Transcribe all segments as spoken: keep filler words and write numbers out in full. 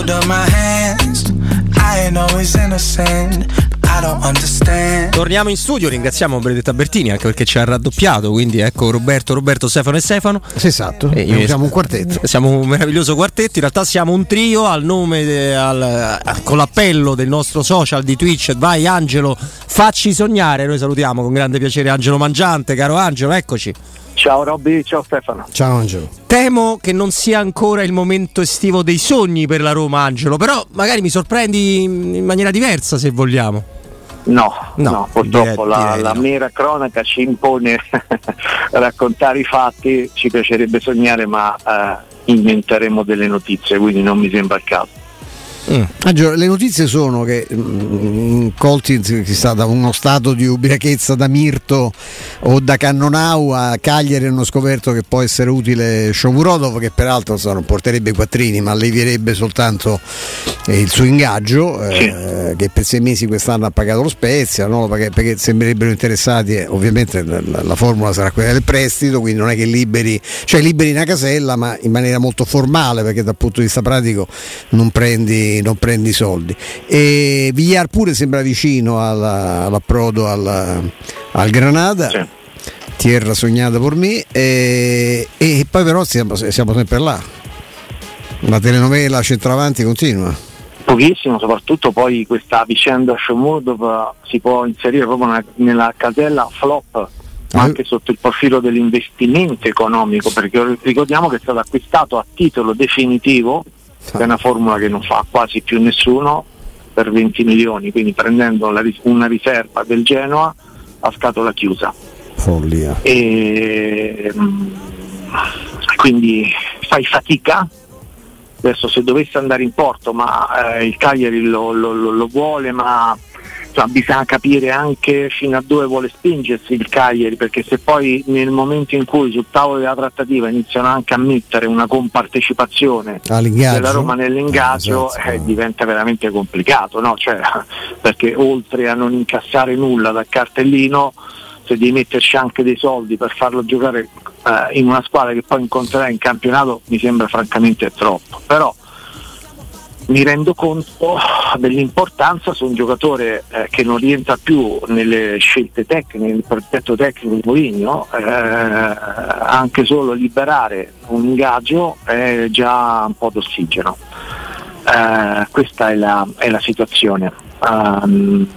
hold up my hands. I ain't always innocent. I don't understand. Torniamo in studio, ringraziamo Benedetta Bertini anche perché ci ha raddoppiato, quindi ecco Roberto, Roberto, Stefano e Stefano. Esatto, e siamo un quartetto. Siamo un meraviglioso quartetto, in realtà siamo un trio al nome de, al, con l'appello del nostro social di Twitch. Vai Angelo, facci sognare. Noi salutiamo con grande piacere Angelo Mangiante. Caro Angelo, eccoci. Ciao Robby, ciao Stefano. Ciao Angelo. Temo che non sia ancora il momento estivo dei sogni per la Roma, Angelo, però magari mi sorprendi in maniera diversa se vogliamo. No, no, no purtroppo direi, la, direi la no. mera cronaca ci impone raccontare i fatti, ci piacerebbe sognare ma eh, inventeremo delle notizie, quindi non mi sembra il caso. Mm. Angelo, le notizie sono che mh, colti che sta da uno stato di ubriachezza da mirto o da cannonau a Cagliari hanno scoperto che può essere utile Shomurodov, che peraltro so, non porterebbe i quattrini ma allevierebbe soltanto eh, il suo ingaggio, eh, sì. Che per sei mesi quest'anno ha pagato lo Spezia, no? perché, perché sembrerebbero interessati, eh, ovviamente la, la, la formula sarà quella del prestito, quindi non è che liberi, cioè liberi una casella ma in maniera molto formale, perché dal punto di vista pratico non prendi non prendi soldi. E Villar pure sembra vicino alla, all'approdo al, al Granada, sì. Tierra sognata per me, e, e poi però siamo, siamo sempre là, la telenovela centravanti continua pochissimo, soprattutto poi questa vicenda Shomurodov si può inserire proprio nella, nella casella flop, ma anche sotto il profilo dell'investimento economico, perché ricordiamo che è stato acquistato a titolo definitivo, che è una formula che non fa quasi più nessuno, per venti milioni, quindi prendendo la, una riserva del Genoa a scatola chiusa. Follia. E quindi fai fatica. Adesso se dovesse andare in porto, ma eh, il Cagliari lo, lo, lo vuole, ma insomma, bisogna capire anche fino a dove vuole spingersi il Cagliari, perché se poi nel momento in cui sul tavolo della trattativa iniziano anche a mettere una compartecipazione della Roma nell'ingaggio, eh, esatto. eh, diventa veramente complicato, no? Cioè, perché oltre a non incassare nulla dal cartellino, se devi metterci anche dei soldi per farlo giocare eh, in una squadra che poi incontrerà in campionato, mi sembra francamente troppo. Però mi rendo conto dell'importanza su un giocatore eh, che non rientra più nelle scelte tecniche, nel progetto tecnico di Mourinho, eh, anche solo liberare un ingaggio è già un po' d'ossigeno. Eh, questa è la, è la situazione. Um,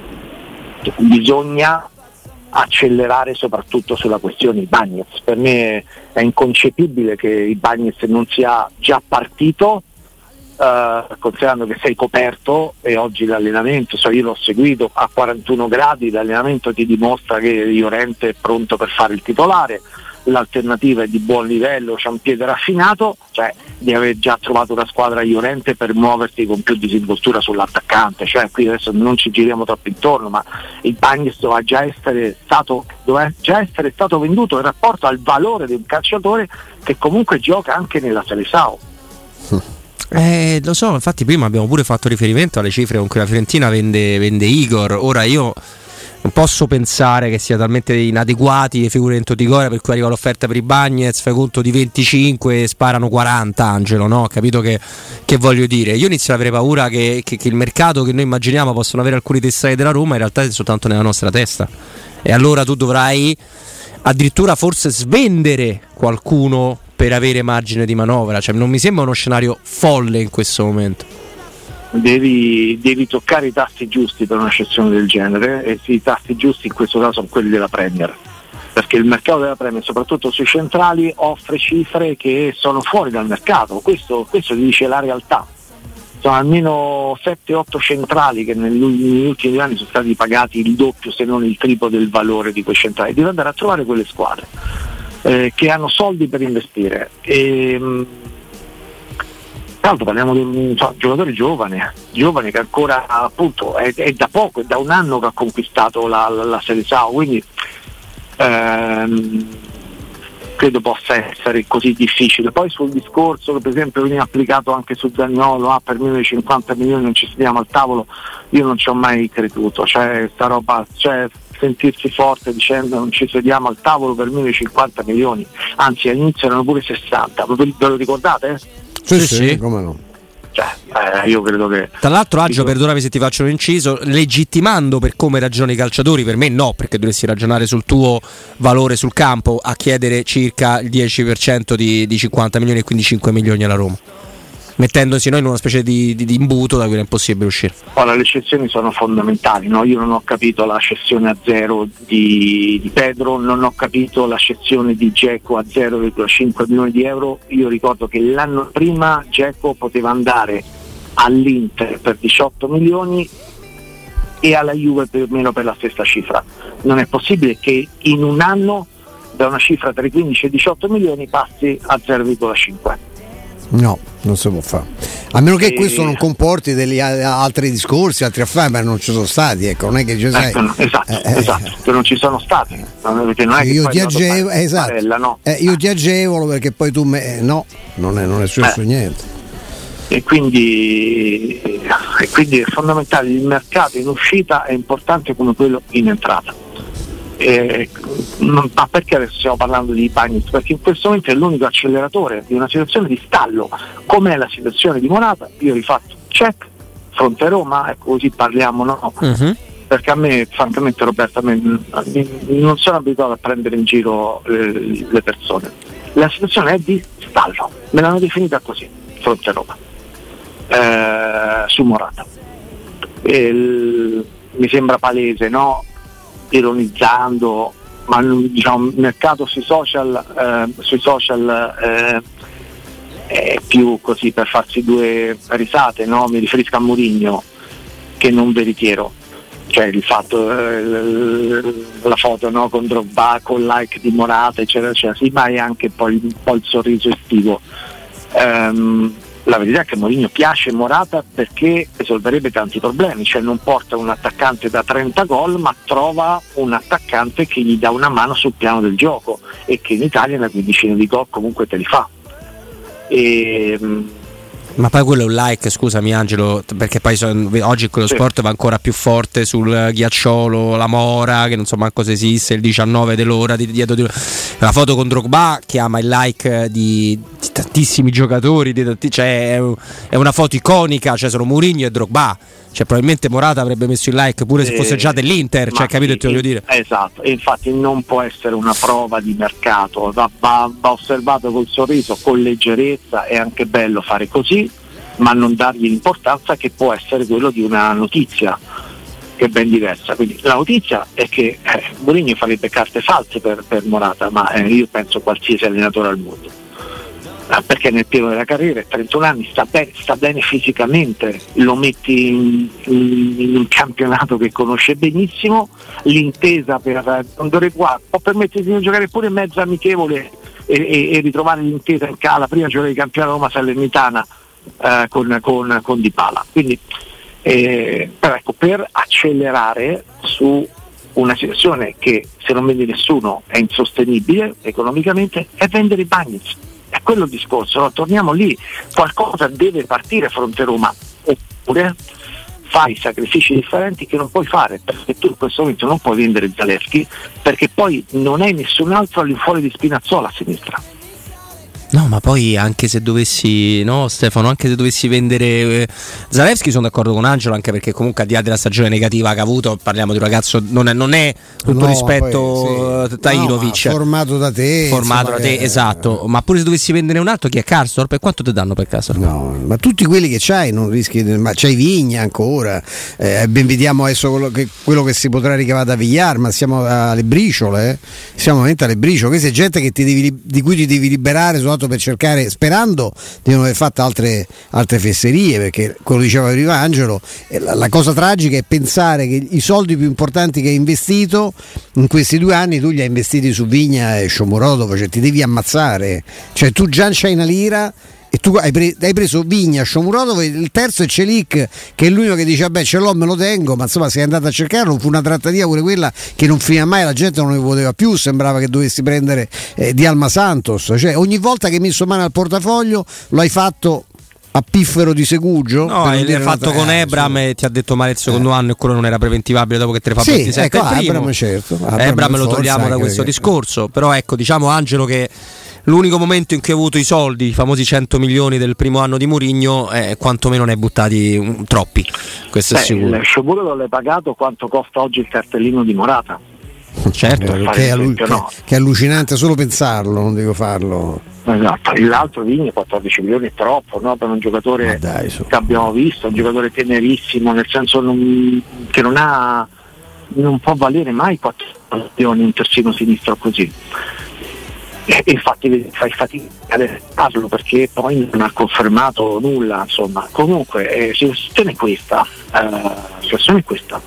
bisogna accelerare soprattutto sulla questione Ibañez. Per me è inconcepibile che Ibañez non sia già partito, Uh, considerando che sei coperto, e oggi l'allenamento, so, io l'ho seguito a quarantuno gradi, l'allenamento ti dimostra che Llorente è pronto per fare il titolare, l'alternativa è di buon livello, c'è un piede raffinato, cioè di aver già trovato una squadra Llorente per muoverti con più disinvoltura sull'attaccante, cioè qui adesso non ci giriamo troppo intorno, ma il Bagnez doveva già essere stato doveva già essere stato venduto in rapporto al valore di un calciatore che comunque gioca anche nella Seleção. Eh, lo so, infatti prima abbiamo pure fatto riferimento alle cifre con cui la Fiorentina vende, vende Igor. Ora io non posso pensare che sia talmente inadeguati le figure dentro di Gora per cui arriva l'offerta per i Bagnez, fai conto di venticinque e sparano quaranta, Angelo, no? Capito che, che voglio dire? Io inizio ad avere paura che, che, che il mercato che noi immaginiamo possono avere alcuni tessari della Roma in realtà è soltanto nella nostra testa, e allora tu dovrai addirittura forse svendere qualcuno per avere margine di manovra. Cioè, non mi sembra uno scenario folle in questo momento. Devi, devi toccare i tasti giusti per una cessione del genere, e i tasti giusti in questo caso sono quelli della Premier, perché il mercato della Premier, soprattutto sui centrali, offre cifre che sono fuori dal mercato. Questo, questo ti dice la realtà. Sono almeno sette otto centrali che negli, negli ultimi due anni sono stati pagati il doppio se non il triplo del valore di quei centrali. Devi andare a trovare quelle squadre eh, che hanno soldi per investire. E, mh, tra l'altro parliamo di un so, giocatore giovane, giovane che ancora appunto è, è da poco, è da un anno che ha conquistato la, la, la Seleção, quindi ehm, credo possa essere così difficile. Poi sul discorso che per esempio viene applicato anche su Zaniolo, ah, per meno di cinquanta milioni non ci sediamo al tavolo, io non ci ho mai creduto, cioè sta roba, cioè sentirsi forte dicendo non ci sediamo al tavolo per meno di cinquanta milioni, anzi all'inizio erano pure sessanta, ve lo ricordate? Sì, sì, sì, come no. Cioè, eh, io credo che tra l'altro Angelo, perdonami se ti faccio un inciso, legittimando per come ragionano i calciatori, per me no, perché dovresti ragionare sul tuo valore sul campo a chiedere circa il dieci per cento di, di cinquanta milioni e quindi cinque milioni alla Roma, mettendosi noi in una specie di, di, di imbuto da cui è impossibile uscire. Ora le eccezioni sono fondamentali, no? Io non ho capito la cessione a zero di, di Pedro, non ho capito la cessione di Dzeko a zero virgola cinque milioni di euro. Io ricordo che l'anno prima Dzeko poteva andare all'Inter per diciotto milioni e alla Juve più o meno per la stessa cifra. Non è possibile che in un anno da una cifra tra i quindici e i diciotto milioni passi a zero virgola cinque. No, non si può fare. A meno che e... questo non comporti degli altri discorsi, altri affari, ma non ci sono stati, ecco, non è che ci sai. Ecco, esatto, eh, esatto, che non ci sono stati. Perché non è che io ti agevolo, esatto. Parella, no? eh, io ti agevolo perché poi tu me... eh, no, non è, non è successo eh. niente. E quindi, e quindi è fondamentale, il mercato in uscita è importante come quello in entrata. Eh, ma perché adesso stiamo parlando di Bagnez? Perché in questo momento è l'unico acceleratore di una situazione di stallo, come è la situazione di Morata. Io ho rifatto check fronte Roma, ecco, così parliamo, no? Uh-huh. Perché a me francamente Roberto a me, non sono abituato a prendere in giro eh, le persone. La situazione è di stallo, me l'hanno definita così fronte Roma, eh, su Morata. Il, mi sembra palese, no? Ironizzando, ma diciamo il mercato sui social eh, sui social eh, è più così per farsi due risate, no? Mi riferisco a Mourinho che non veritiero, cioè il fatto eh, la foto, no? Con Drogba, con like di Morata eccetera eccetera, sì, ma è anche poi un po' il sorriso estivo. Um, la verità è che Mourinho piace Morata perché risolverebbe tanti problemi, cioè non porta un attaccante da trenta gol, ma trova un attaccante che gli dà una mano sul piano del gioco e che in Italia una quindicina di gol comunque te li fa. E, ma poi quello è un like, scusami Angelo, perché poi son, oggi quello sì. Sport va ancora più forte sul ghiacciolo, la Mora, che non so manco se esiste, il diciannove dell'ora di dietro di... la foto con Drogba chiama il like di, di tantissimi giocatori, di tanti, cioè è, è una foto iconica, cioè sono Mourinho e Drogba, cioè probabilmente Morata avrebbe messo il like pure se fosse già dell'Inter, cioè capito che ti voglio dire? Esatto, e infatti non può essere una prova di mercato, va, va, va osservato col sorriso, con leggerezza, è anche bello fare così, ma non dargli l'importanza che può essere quello di una notizia che è ben diversa. Quindi la notizia è che eh, Mourinho farebbe carte false per, per Morata, ma eh, io penso qualsiasi allenatore al mondo, eh, perché nel pieno della carriera, trentuno anni, sta bene, sta bene fisicamente, lo metti in, in, in un campionato che conosce benissimo, l'intesa per andare qua può permettersi di giocare pure in mezzo amichevole e, e, e ritrovare l'intesa in cala, prima giocare di campionato Roma Salernitana eh, con, con, con Dybala. Quindi eh, però ecco, per accelerare su una situazione che se non vende nessuno è insostenibile economicamente, è vendere i Bagnez. È quello il discorso, no? Torniamo lì, qualcosa deve partire fronte Roma, oppure fai sacrifici differenti che non puoi fare, perché tu in questo momento non puoi vendere Zalewski, perché poi non hai nessun altro all'infuori di Spinazzola a sinistra. No, ma poi anche se dovessi, no Stefano, anche se dovessi vendere eh, Zalewski, sono d'accordo con Angelo, anche perché comunque al di là della stagione negativa che ha avuto, parliamo di un ragazzo, non è, non è tutto no, rispetto poi, sì. Tahirovic, no, formato da te, formato da te, che... esatto, ma pure se dovessi vendere un altro, chi è Karsdorp, e quanto ti danno per Karsdorp? No, ma tutti quelli che c'hai non rischi, ma c'hai Vigna ancora, eh, ben vediamo adesso quello che, quello che si potrà ricavare da Villar, ma siamo alle briciole, eh? siamo veramente alle briciole, questa è gente che ti devi, di cui ti devi liberare su per cercare, sperando di non aver fatto altre, altre fesserie, perché quello diceva prima Angelo, la, la cosa tragica è pensare che i soldi più importanti che hai investito in questi due anni tu li hai investiti su Vigna e Shomurodov, cioè ti devi ammazzare, cioè tu già c'hai una lira e tu hai, pre- hai preso Vigna, Shomurodov, il terzo è Celik, che è l'unico che dice vabbè ce l'ho, me lo tengo, ma insomma sei andato a cercarlo, fu una trattativa pure quella che non finiva mai, la gente non ne poteva più, sembrava che dovessi prendere eh, di Alma Santos, cioè ogni volta che hai messo mano al portafoglio lo hai fatto a piffero di Segugio. No, l'hai fatto con Ebram e ti ha detto male il secondo eh. anno e quello non era preventivabile dopo che te ne fa sì, ventisette ecco, il primo. Ebram, certo. Ebram, Ebram lo togliamo da questo che... discorso, però ecco, diciamo Angelo che l'unico momento in cui ha avuto i soldi, i famosi cento milioni del primo anno di Mourinho, eh, quantomeno ne hai buttati um, troppi, questo Beh, è sicuro. Il sciopero l'hai pagato quanto costa oggi il cartellino di Morata. Certo, eh, che, è allu- esempio, no. che, che è allucinante solo pensarlo, non dico farlo. Esatto, l'altro Vigna quattordici milioni è troppo, no? Per un giocatore dai, so. che abbiamo visto, un giocatore tenerissimo, nel senso non, che non ha non può valere mai quattro milioni un terzino sinistro così. E infatti fai fatica a farlo perché poi non ha confermato nulla, insomma. Comunque eh, la situazione è questa, eh, la situazione è questa.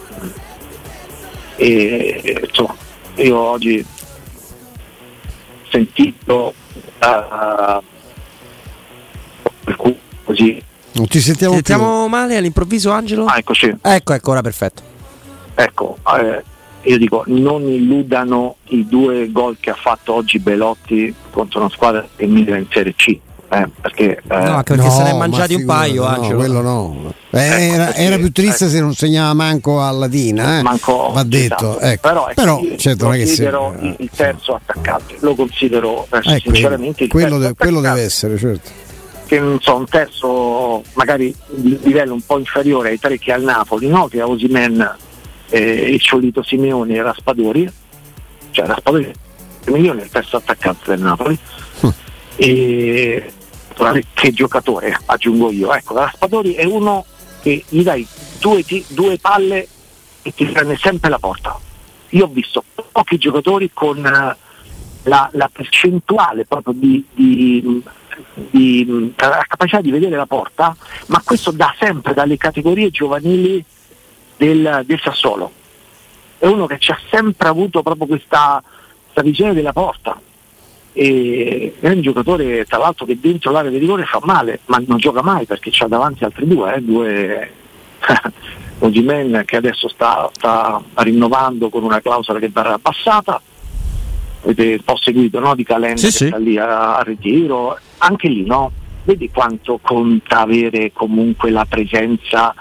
E insomma, io oggi ho sentito uh, per cui così. Non ti sentiamo, ti sentiamo male all'improvviso, Angelo? Ah, eccoci. Ecco, ecco, ora perfetto. Ecco, eh, io dico, non illudano i due gol che ha fatto oggi Belotti contro una squadra che milita in Serie C. Eh, perché, eh, no, anche perché no, se ne è mangiati un paio, no, Angelo. Quello no. Eh, ecco, era, perché, era più triste ecco. se non segnava manco a Latina, eh? Manco, va detto. esatto. Ecco. Però, ecco, Però io certo, lo non è che considero se... il terzo attaccante, lo considero eh, eh, sinceramente il quello, terzo de- quello deve attaccante. essere, certo. Che non so, un terzo magari di livello un po' inferiore ai tre che ha il Napoli, no? Che ha Osimhen, eh, il Ciolito Simeone e Raspadori, cioè Raspadori milioni è il terzo attaccante del Napoli. Mm. E che giocatore, aggiungo io, ecco, Raspadori è uno che gli dai due, t- due palle e ti prende sempre la porta. Io ho visto pochi giocatori con uh, la, la percentuale proprio di, di, di la capacità di vedere la porta, ma questo da sempre dalle categorie giovanili del, del Sassuolo. È uno che ci ha sempre avuto proprio questa, questa visione della porta. E è un giocatore tra l'altro che dentro l'area di rigore fa male, ma non gioca mai perché c'ha davanti altri due, eh, due Osimhen che adesso sta, sta rinnovando con una clausola che verrà abbassata, avete un po' seguito, no? Di Calenda sì, che sì. sta lì a, a ritiro, anche lì no? Vedi quanto conta avere comunque la presenza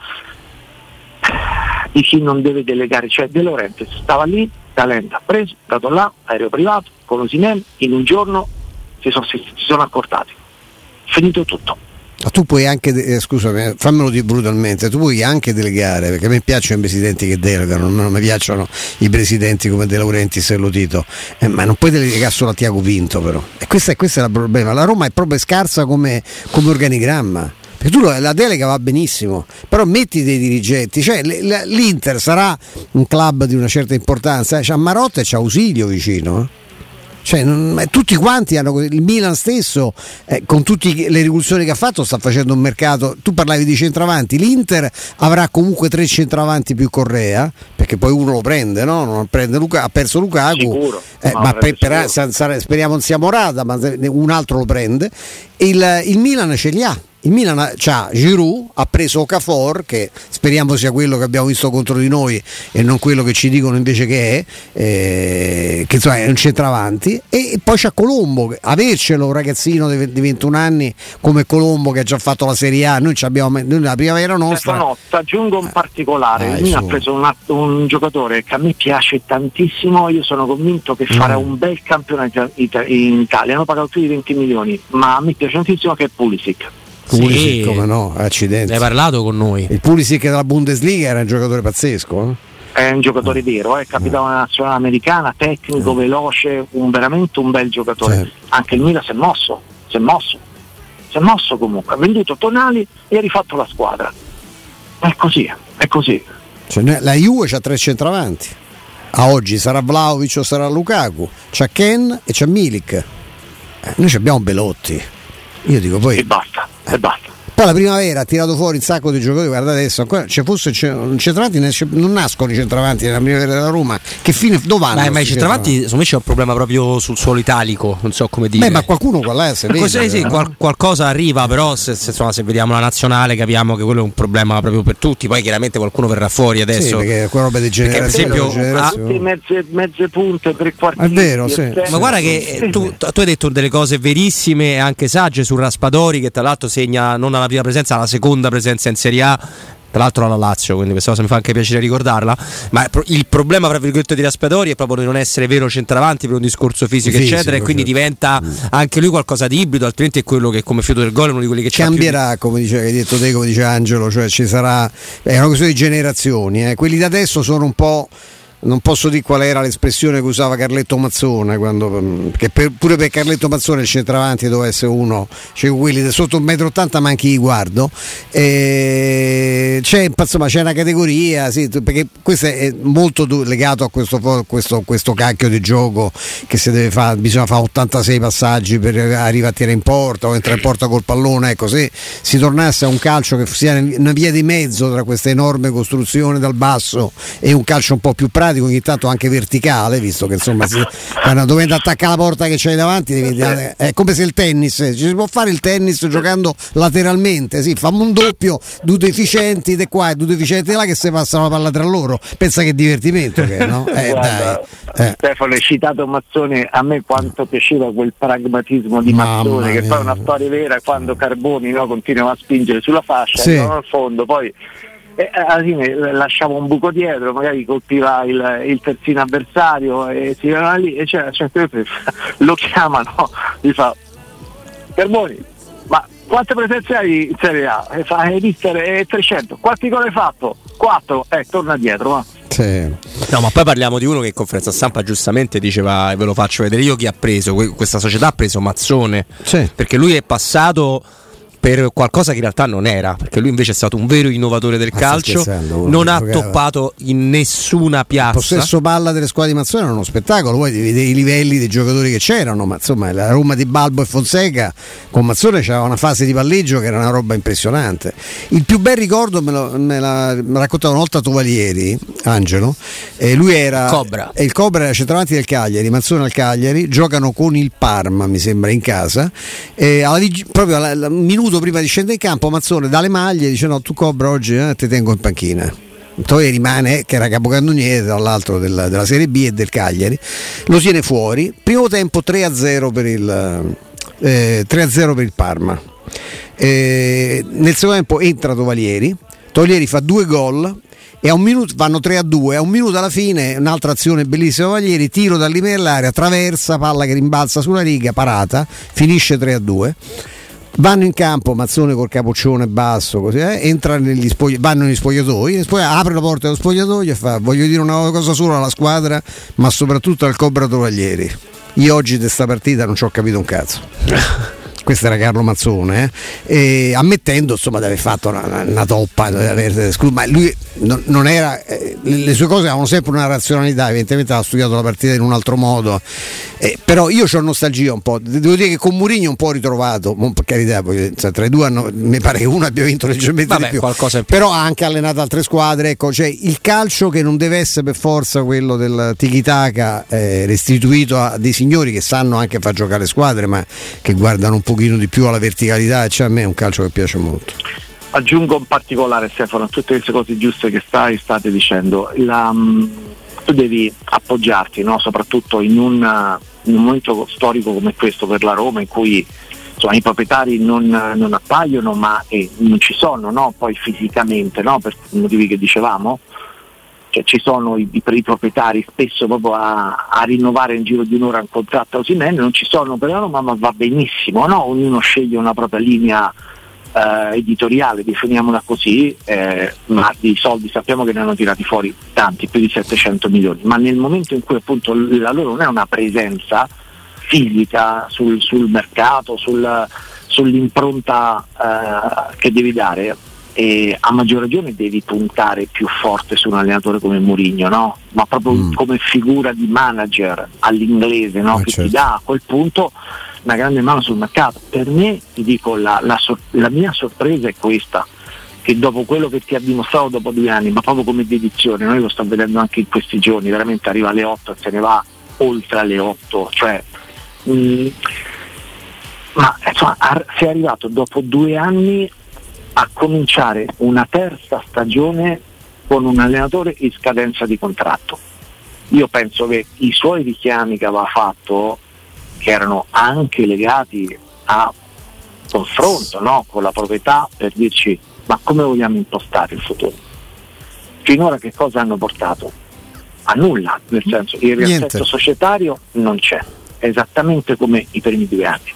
di chi non deve delegare, cioè De Laurentiis stava lì, Calenda ha preso, dato là, aereo privato con Osimhen, in un giorno si sono, si, si sono accortati, finito tutto. Ma tu puoi anche, eh, scusami, fammelo dire brutalmente, tu puoi anche delegare, perché a me piacciono i presidenti che delegano, non mi piacciono i presidenti come De Laurentiis e Lotito, eh, ma non puoi delegare solo a Tiago Pinto però. E questo è, questo è il problema, la Roma è proprio scarsa come, come organigramma. Perché tu la delega va benissimo, però metti dei dirigenti, cioè l'Inter sarà un club di una certa importanza, c'ha Marotta e c'ha Ausilio vicino, eh? Cioè, non, tutti quanti hanno, il Milan stesso eh, con tutte le rivoluzioni che ha fatto sta facendo un mercato. Tu parlavi di centravanti, l'Inter avrà comunque tre centravanti più Correa, perché poi uno lo prende, no? Non prende Luca, ha perso Lukaku, Sicuro, eh, ma per, per, per, speriamo non sia Morata, ma un altro lo prende. Il, il Milan ce li ha. Il Milan c'ha Giroud, ha preso Okafor, che speriamo sia quello che abbiamo visto contro di noi e non quello che ci dicono invece che è, eh, che insomma è un centravanti, e poi c'ha Colombo, avercelo un ragazzino di ventuno anni come Colombo che ha già fatto la Serie A, noi, abbiamo, noi la primavera nostra. No, ti aggiungo un particolare, ah, il Milan ha preso un, un giocatore che a me piace tantissimo, io sono convinto che farà mm. un bel campionato in Italia, hanno pagato più di venti milioni, ma a me piace tantissimo, che è Pulisic. Pulisic, sì, come no, accidenti. Hai parlato con noi. Il Pulisic della Bundesliga era un giocatore pazzesco. Eh? È un giocatore vero, è capitano della nazionale americana, tecnico, veloce, un, veramente un bel giocatore. Certo. Anche il Milan si è mosso, si è mosso, si è mosso comunque, ha venduto Tonali e ha rifatto la squadra. È così, è così. Cioè, la Juve c'ha tre centravanti. A oggi sarà Vlahovic o sarà Lukaku, c'ha Ken e c'ha Milik. Eh, noi abbiamo Belotti. Io dico poi. E basta, eh. e basta. Poi la primavera ha tirato fuori un sacco di giocatori, guardate adesso, ancora c'è fosse un centravanti, non nascono i centravanti nella primavera della Roma, che fine, dove vanno? Ma, ma i centravanti, secondo me c'è un problema proprio sul suolo italico, non so come dire. Beh, ma qualcuno qua là se vede, Così, sì, qual- qualcosa arriva, però se, se, insomma, se vediamo la nazionale capiamo che quello è un problema proprio per tutti, poi chiaramente qualcuno verrà fuori adesso. Sì, perché quella roba di generazione, per esempio, ah, mezze, mezze punte, tre quarti. È vero, sì. Ma guarda che eh, tu, tu hai detto delle cose verissime e anche sagge su Raspadori, che tra l'altro segna non alla prima presenza, alla seconda presenza in Serie A, tra l'altro alla Lazio, quindi questa cosa mi fa anche piacere ricordarla. Ma il problema, tra virgolette, di Raspadori è proprio di non essere vero centravanti per un discorso fisico, fisico eccetera, e quindi certo. diventa mm. anche lui qualcosa di ibrido, altrimenti è quello che come fiuto del gol è uno di quelli che cambierà, più... come dice, hai detto te, come dice Angelo, cioè ci sarà, è una questione di generazioni, eh. Quelli da adesso sono un po', non posso dire qual era l'espressione che usava Carletto Mazzone quando, che per, pure per Carletto Mazzone il centravanti doveva essere uno, cioè quelli sotto un metro e ottanta ma anche gli guardo, e c'è, insomma, c'è una categoria, sì, perché questo è molto legato a questo, questo, questo cacchio di gioco che si deve fare, bisogna fare ottantasei passaggi per arrivare a tirare in porta o entrare in porta col pallone. Ecco, se si tornasse a un calcio che sia una via di mezzo tra questa enorme costruzione dal basso e un calcio un po' più pratico, ogni tanto anche verticale, visto che insomma si, quando dovendo attaccare la porta che c'hai davanti devi, è come se il tennis, ci si può fare il tennis giocando lateralmente, sì, fammo un doppio, due deficienti di qua e due deficienti di là che si passano la palla tra loro, pensa che divertimento che, no? Eh, Guarda, dai, eh. Stefano, hai citato Mazzone, a me quanto piaceva quel pragmatismo di Mazzone, Mamma che mia. Poi è una storia vera, quando Carboni, no, continua a spingere sulla fascia, sì. al fondo, poi e alla fine lasciava un buco dietro, magari colpiva il, il terzino avversario e si va lì e c'è, c'è, lo chiamano, gli fa: Carboni, ma quante presenze hai in Serie A? E fa: hai visto trecento, quanti gol hai fatto? quattro, eh, torna dietro, va. Sì. No, ma poi parliamo di uno che in conferenza stampa giustamente diceva, e ve lo faccio vedere io, chi ha preso questa società, ha preso Mazzone, sì. perché lui è passato per qualcosa che in realtà non era, perché lui invece è stato un vero innovatore del ah, calcio, non ha giocava. toppato in nessuna piazza. Il possesso palla delle squadre di Mazzone era uno spettacolo, poi devi vedere i livelli dei giocatori che c'erano, ma insomma la Roma di Balbo e Fonseca con Mazzone c'era una fase di palleggio che era una roba impressionante. Il più bel ricordo me, lo, me l'ha raccontato una volta Tovalieri, Angelo, e lui era Cobra. E il Cobra era centravanti del Cagliari, Mazzone al Cagliari, giocano con il Parma mi sembra in casa, e alla, proprio al minuto prima di scendere in campo Mazzone dà le maglie e dice: no, tu Cobra oggi eh, ti tengo in panchina. Poi rimane, che era capocannoniere tra l'altro della, della Serie B e del Cagliari, lo tiene fuori. Primo tempo tre a zero per il eh, tre a zero per il Parma, eh, nel secondo tempo entra Tovalieri Tovalieri fa due gol e a un minuto vanno tre a due, a un minuto alla fine un'altra azione bellissima Tovalieri, tiro dal limite dell'area, traversa, palla che rimbalza sulla riga, parata, finisce tre a due. Vanno in campo Mazzone col capoccione basso, così, eh, entra negli spogli- vanno negli spogliatoi, poi apre la porta dello spogliatoio e fa: voglio dire una cosa sola alla squadra, ma soprattutto al Cobra Tovalieri, io oggi di sta partita non ci ho capito un cazzo. Questo era Carlo Mazzone, eh? E ammettendo insomma di aver fatto una, una toppa, ma lui non, non era, eh, le sue cose avevano sempre una razionalità, evidentemente aveva studiato la partita in un altro modo, eh, però io ho nostalgia un po', devo dire che con Mourinho un po' ritrovato, per carità, poi, cioè, tra i due hanno, mi pare che uno abbia vinto leggermente Vabbè, di più, qualcosa in più, però ha anche allenato altre squadre, ecco, cioè il calcio che non deve essere per forza quello del tiki-taka, eh, restituito a dei signori che sanno anche far giocare le squadre, ma che guardano un po' di più alla verticalità, cioè a me è un calcio che piace molto. Aggiungo un particolare, Stefano, a tutte queste cose giuste che stai state dicendo, la, tu devi appoggiarti, no? Soprattutto in un, in un momento storico come questo per la Roma, in cui insomma, i proprietari non, non appaiono, ma eh, non ci sono, no? Poi fisicamente, no? Per i motivi che dicevamo, cioè ci sono i, i proprietari spesso proprio a, a rinnovare in giro di un'ora un contratto a Osimhen, non ci sono per la Roma, ma va benissimo, no? Ognuno sceglie una propria linea eh, editoriale, definiamola così, eh, ma di soldi sappiamo che ne hanno tirati fuori tanti, più di settecento milioni, ma nel momento in cui appunto la loro non è una presenza fisica sul, sul mercato, sul, sull'impronta eh, che devi dare, e a maggior ragione devi puntare più forte su un allenatore come Mourinho, no? Ma proprio mm. come figura di manager all'inglese, no? Ah, che certo. ti dà a quel punto una grande mano sul mercato. Per me, ti dico, la, la, sor- la mia sorpresa è questa, che dopo quello che ti ha dimostrato dopo due anni, ma proprio come dedizione, noi lo stiamo vedendo anche in questi giorni, veramente arriva alle otto e se ne va oltre alle otto, cioè mh, ma insomma sei arrivato dopo due anni a cominciare una terza stagione con un allenatore in scadenza di contratto. Io penso che i suoi richiami che aveva fatto, che erano anche legati a confronto, no, con la proprietà, per dirci ma come vogliamo impostare il futuro? Finora che cosa hanno portato? A nulla, nel senso il riassetto societario non c'è, è esattamente come i primi due anni.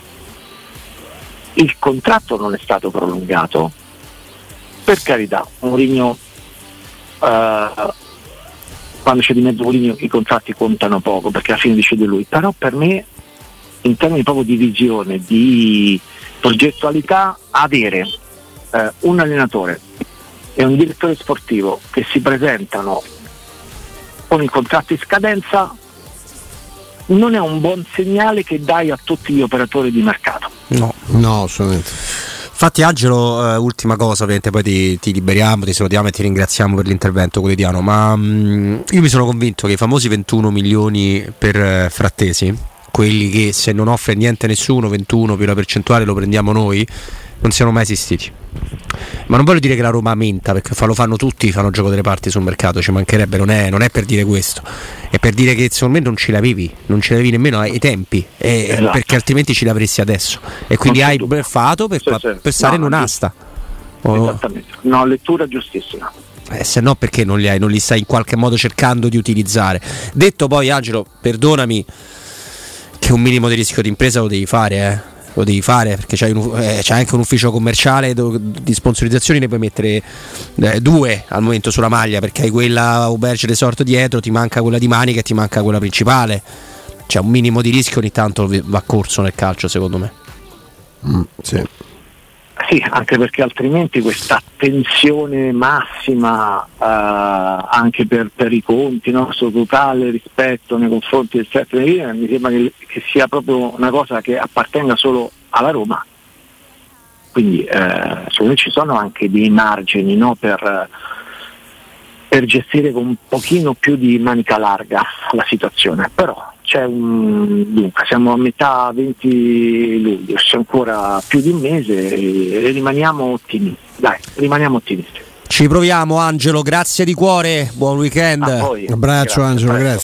Il contratto non è stato prolungato, per carità, Mourinho, eh, quando c'è di mezzo Mourinho i contratti contano poco perché alla fine decide lui, però per me in termini proprio di visione, di progettualità, avere eh, un allenatore e un direttore sportivo che si presentano con i contratti in scadenza non è un buon segnale che dai a tutti gli operatori di mercato. No, no, assolutamente. Infatti Angelo, eh, ultima cosa, ovviamente poi ti, ti liberiamo, ti salutiamo e ti ringraziamo per l'intervento quotidiano, ma mh, io mi sono convinto che i famosi ventuno milioni per eh, Frattesi, quelli che se non offre niente nessuno, ventuno più la percentuale lo prendiamo noi, non siano mai esistiti. Ma non voglio dire che la Roma menta, perché lo fanno tutti, fanno gioco delle parti sul mercato, ci mancherebbe, non è, non è per dire questo, è per dire che secondo me non ce l'avevi, non ce l'avevi nemmeno ai tempi, e, esatto. Perché altrimenti ce l'avresti adesso, e quindi non hai bluffato per, sì, sì. per stare no, in un'asta. Oh. Esattamente, no, lettura giustissima. Eh, se no perché non li hai, non li stai in qualche modo cercando di utilizzare. Detto poi, Angelo, perdonami, che un minimo di rischio di impresa lo devi fare, eh. Lo devi fare perché c'hai, un, eh, c'hai anche un ufficio commerciale do, di sponsorizzazioni, ne puoi mettere eh, due al momento sulla maglia, perché hai quella Auberge Resort dietro, ti manca quella di Manica e ti manca quella principale. C'è un minimo di rischio, ogni tanto va corso nel calcio, secondo me. Mm, sì. Sì, anche perché altrimenti questa tensione massima eh, anche per, per i conti, no? Questo totale rispetto nei confronti del Celtic mi sembra che, che sia proprio una cosa che appartenga solo alla Roma. Quindi eh, secondo me ci sono anche dei margini, no? per, per gestire con un pochino più di manica larga la situazione, però c'è un dunque siamo a metà venti luglio, c'è ancora più di un mese e rimaniamo ottimisti. Dai, rimaniamo ottimisti. Ci proviamo, Angelo, grazie di cuore, buon weekend. Un abbraccio, Angelo, grazie.